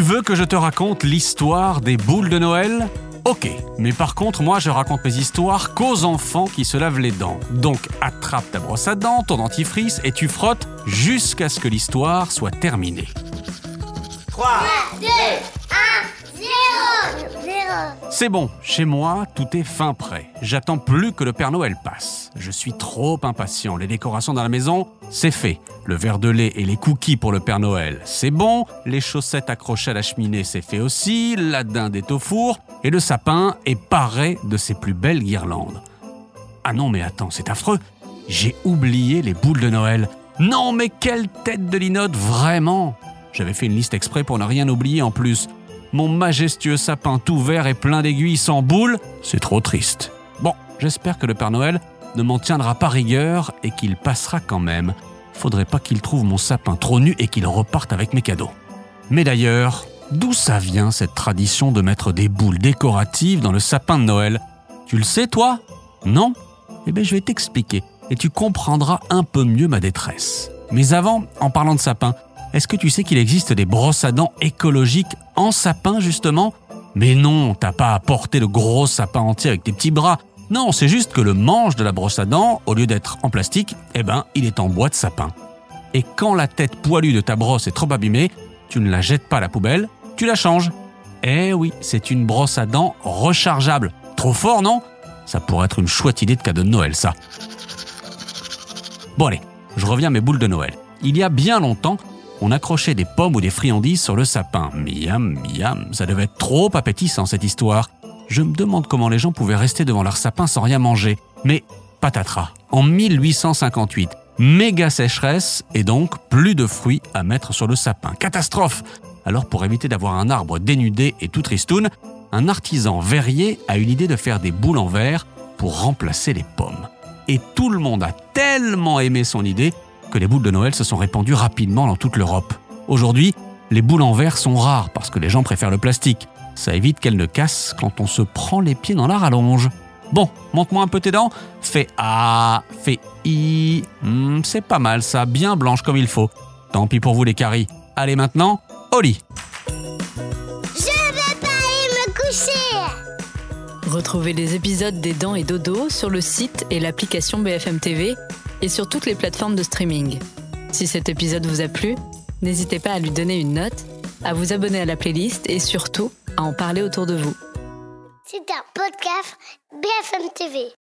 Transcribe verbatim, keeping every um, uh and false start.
veux que je te raconte l'histoire des boules de Noël ? Ok, mais par contre, moi, je raconte mes histoires qu'aux enfants qui se lavent les dents. Donc, attrape ta brosse à dents, ton dentifrice et tu frottes jusqu'à ce que l'histoire soit terminée. trois, deux, un, zéro. C'est bon, chez moi, tout est fin prêt. J'attends plus que le Père Noël passe. Je suis trop impatient. Les décorations dans la maison, c'est fait. Le verre de lait et les cookies pour le Père Noël, c'est bon. Les chaussettes accrochées à la cheminée, c'est fait aussi. La dinde est au four. Et le sapin est paré de ses plus belles guirlandes. Ah non, mais attends, c'est affreux. J'ai oublié les boules de Noël. Non, mais quelle tête de linotte, vraiment! J'avais fait une liste exprès pour ne rien oublier en plus. Mon majestueux sapin tout vert et plein d'aiguilles sans boules, c'est trop triste. Bon, j'espère que le Père Noël ne m'en tiendra pas rigueur et qu'il passera quand même. Faudrait pas qu'il trouve mon sapin trop nu et qu'il reparte avec mes cadeaux. Mais d'ailleurs, d'où ça vient cette tradition de mettre des boules décoratives dans le sapin de Noël ? Tu le sais, toi ? Non ? Eh bien, je vais t'expliquer et tu comprendras un peu mieux ma détresse. Mais avant, en parlant de sapin, est-ce que tu sais qu'il existe des brosses à dents écologiques en sapin, justement ? Mais non, t'as pas à porter le gros sapin entier avec tes petits bras. Non, c'est juste que le manche de la brosse à dents, au lieu d'être en plastique, eh ben, il est en bois de sapin. Et quand la tête poilue de ta brosse est trop abîmée, tu ne la jettes pas à la poubelle, tu la changes. Eh oui, c'est une brosse à dents rechargeable. Trop fort, non ? Ça pourrait être une chouette idée de cadeau de Noël, ça. Bon allez, je reviens à mes boules de Noël. Il y a bien longtemps, on accrochait des pommes ou des friandises sur le sapin. Miam, miam, ça devait être trop appétissant cette histoire. Je me demande comment les gens pouvaient rester devant leur sapin sans rien manger. Mais patatras, en mille huit cent cinquante-huit, méga sécheresse et donc plus de fruits à mettre sur le sapin. Catastrophe! Alors pour éviter d'avoir un arbre dénudé et tout tristoun, un artisan verrier a eu l'idée de faire des boules en verre pour remplacer les pommes. Et tout le monde a tellement aimé son idée que les boules de Noël se sont répandues rapidement dans toute l'Europe. Aujourd'hui, les boules en verre sont rares parce que les gens préfèrent le plastique. Ça évite qu'elles ne cassent quand on se prend les pieds dans la rallonge. Bon, montre-moi un peu tes dents. Fais A, fais I. Hmm, c'est pas mal ça, bien blanche comme il faut. Tant pis pour vous les caries. Allez maintenant, au lit. Je vais pas aller me coucher. Retrouvez les épisodes des Dents et Dodo sur le site et l'application B F M T V et sur toutes les plateformes de streaming. Si cet épisode vous a plu, n'hésitez pas à lui donner une note, à vous abonner à la playlist et surtout à en parler autour de vous. C'est un podcast B F M T V.